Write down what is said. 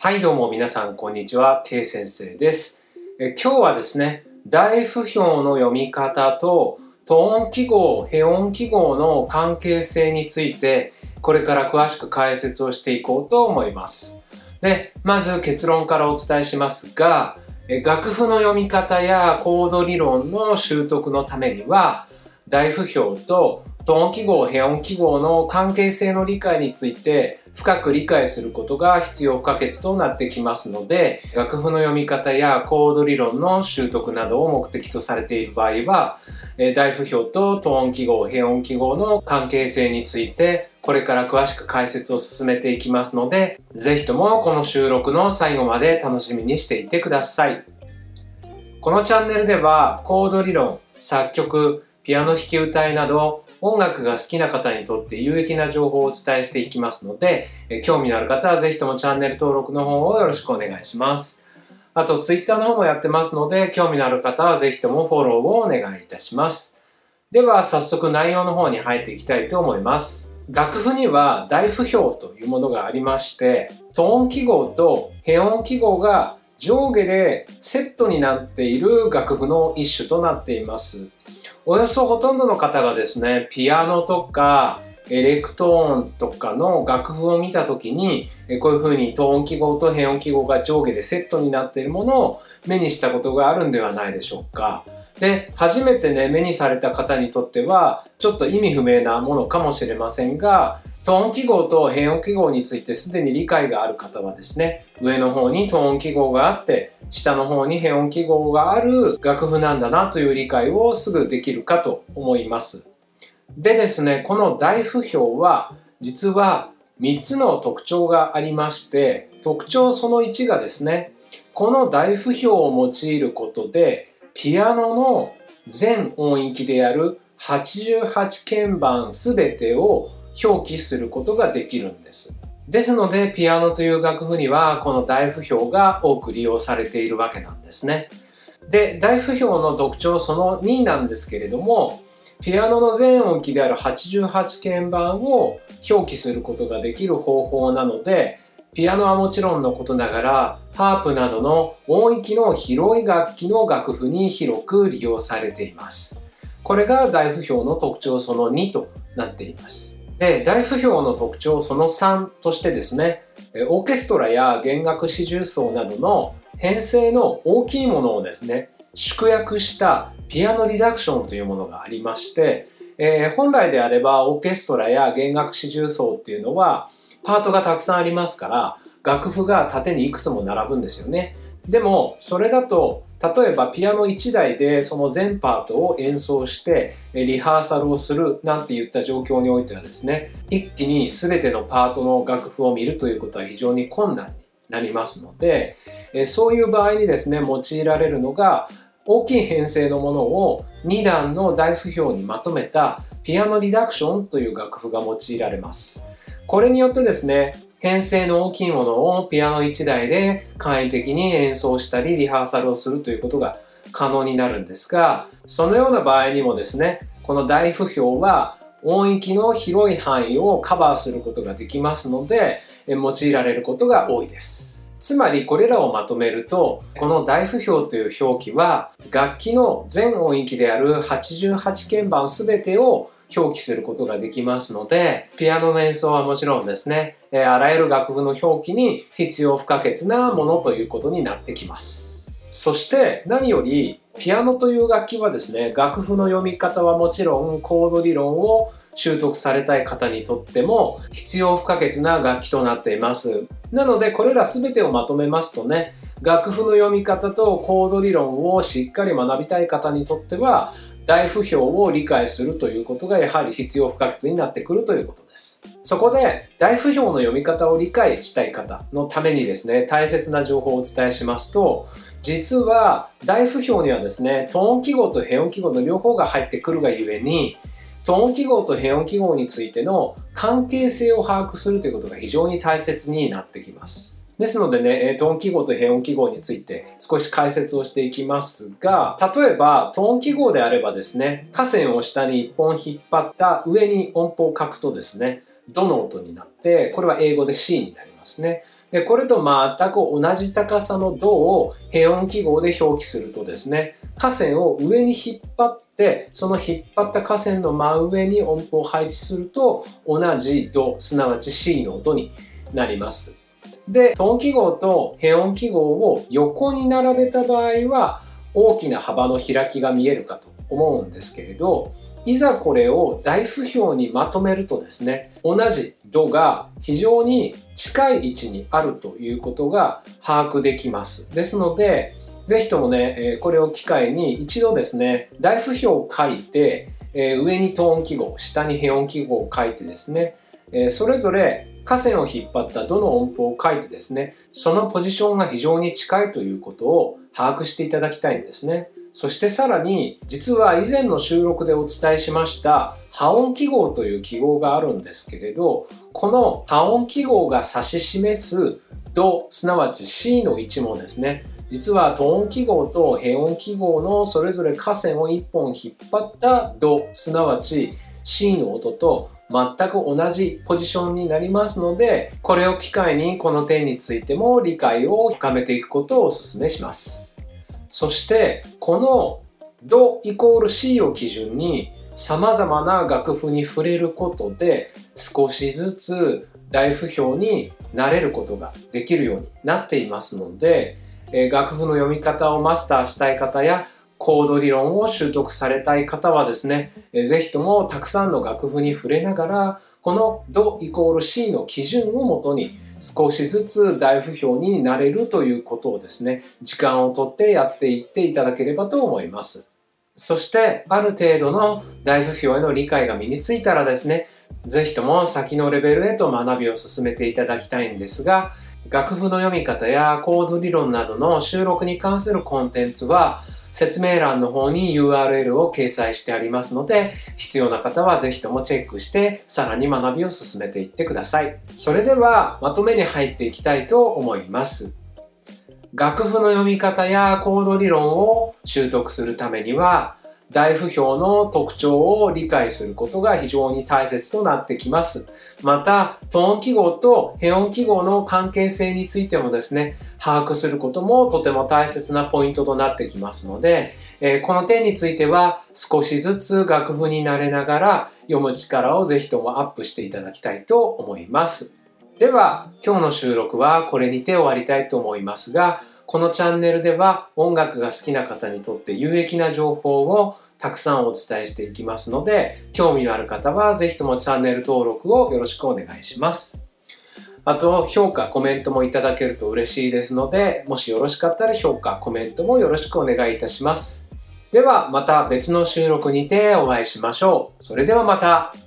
はいどうも皆さんこんにちは、K 先生です。今日はですね、大不評の読み方とト音記号、ヘ音記号の関係性についてこれから詳しく解説をしていこうと思います。で、まず結論からお伝えしますが、楽譜の読み方やコード理論の習得のためには、大不評とト音記号、ヘ音記号の関係性の理解について深く理解することが必要不可欠となってきますので、楽譜の読み方やコード理論の習得などを目的とされている場合は、大不評とト音記号、ヘ音記号の関係性についてこれから詳しく解説を進めていきますので、ぜひともこの収録の最後まで楽しみにしていてください。このチャンネルではコード理論、作曲、ピアノ弾き歌いなど音楽が好きな方にとって有益な情報をお伝えしていきますので、興味のある方はぜひともチャンネル登録の方をよろしくお願いします。あと Twitter の方もやってますので、興味のある方はぜひともフォローをお願いいたします。では早速内容の方に入っていきたいと思います。楽譜には大不評というものがありまして、ト音記号とヘ音記号が上下でセットになっている楽譜の一種となっています。およそほとんどの方がですね、ピアノとかエレクトーンとかの楽譜を見たときに、こういう風にト音記号とヘ音記号が上下でセットになっているものを目にしたことがあるんではないでしょうか。で、初めてね、目にされた方にとっては、ちょっと意味不明なものかもしれませんが、ト音記号とヘ音記号についてすでに理解がある方はですね、上の方にト音記号があって、下の方にヘ音記号がある楽譜なんだなという理解をすぐできるかと思います。でですね、この大不評は実は3つの特徴がありまして、特徴その1がですね、この大不評を用いることでピアノの全音域である88鍵盤すべてを表記することができるんです。ですので、ピアノという楽譜にはこの大不評が多く利用されているわけなんですね。で、大不評の特徴その2なんですけれども、ピアノの全音域である88鍵盤を表記することができる方法なので、ピアノはもちろんのことながら、ハープなどの音域の広い楽器の楽譜に広く利用されています。これが大不評の特徴その2となっています。で、大不評の特徴その3としてですね、オーケストラや弦楽四重奏などの編成の大きいものをですね、縮約したピアノリダクションというものがありまして、本来であればオーケストラや弦楽四重奏っていうのはパートがたくさんありますから、楽譜が縦にいくつも並ぶんですよね。でも、それだと、例えばピアノ1台でその全パートを演奏してリハーサルをするなんていった状況においてはですね、一気に全てのパートの楽譜を見るということは非常に困難になりますので、そういう場合にですね、用いられるのが大きい編成のものを2段の大不評にまとめたピアノリダクションという楽譜が用いられます。これによってですね、編成の大きいものをピアノ1台で簡易的に演奏したりリハーサルをするということが可能になるんですが、そのような場合にもですね、この大不評は音域の広い範囲をカバーすることができますので、用いられることが多いです。つまりこれらをまとめると、この大不評という表記は楽器の全音域である88鍵盤すべてを表記することができますので、ピアノの演奏はもちろんですね、あらゆる楽譜の表記に必要不可欠なものということになってきます。そして何よりピアノという楽器はですね、楽譜の読み方はもちろんコード理論を習得されたい方にとっても必要不可欠な楽器となっています。なのでこれら全てをまとめますとね、楽譜の読み方とコード理論をしっかり学びたい方にとっては大不評を理解するということがやはり必要不可欠になってくるということです。そこで大不評の読み方を理解したい方のためにですね、大切な情報をお伝えしますと、実は大不評にはですね、ト音記号とヘ音記号の両方が入ってくるがゆえに、ト音記号とヘ音記号についての関係性を把握するということが非常に大切になってきます。ですのでね、ト音記号とヘ音記号について少し解説をしていきますが、例えばト音記号であればですね、下線を下に1本引っ張った上に音符を書くとですね、ドの音になって、これは英語で C になりますね。 で、これと全く同じ高さのドを変音記号で表記するとですね、下線を上に引っ張って、その引っ張った下線の真上に音符を配置すると、同じド、すなわち C の音になります。で、トーン記号と変音記号を横に並べた場合は、大きな幅の開きが見えるかと思うんですけれど、いざこれを大符表にまとめるとですね、同じドが非常に近い位置にあるということが把握できます。ですので、ぜひともね、これを機会に一度ですね、大符表を書いて、上にトーン記号、下に変音記号を書いてですね、それぞれ下線を引っ張ったどの音符を書いてですね、そのポジションが非常に近いということを把握していただきたいんですね。そしてさらに、実は以前の収録でお伝えしました破音記号という記号があるんですけれど、この破音記号が指し示すド、すなわち C の位置もですね、実はトーン記号と変音記号のそれぞれ下線を1本引っ張ったド、すなわち C の音と全く同じポジションになりますので、これを機会にこの点についても理解を深めていくことをお勧めします。そして、このドイコール C を基準に様々な楽譜に触れることで少しずつ大符表に慣れることができるようになっていますので、楽譜の読み方をマスターしたい方やコード理論を習得されたい方はですね、ぜひともたくさんの楽譜に触れながら、このドイコール C の基準をもとに少しずつ大符表になれるということをですね、時間をとってやっていっていただければと思います。そして、ある程度の大符表への理解が身についたらですね、ぜひとも先のレベルへと学びを進めていただきたいんですが、楽譜の読み方やコード理論などの収録に関するコンテンツは、説明欄の方に URL を掲載してありますので、必要な方はぜひともチェックして、さらに学びを進めていってください。それでは、まとめに入っていきたいと思います。楽譜の読み方やコード理論を習得するためには、大符表の特徴を理解することが非常に大切となってきます。また、トーン記号と変音記号の関係性についてもですね、把握することもとても大切なポイントとなってきますので、この点については少しずつ楽譜に慣れながら読む力をぜひともアップしていただきたいと思います。では、今日の収録はこれにて終わりたいと思いますが、このチャンネルでは音楽が好きな方にとって有益な情報をたくさんお伝えしていきますので、興味のある方はぜひともチャンネル登録をよろしくお願いします。あと、評価、コメントもいただけると嬉しいですので、もしよろしかったら評価、コメントもよろしくお願いいたします。では、また別の収録にてお会いしましょう。それではまた。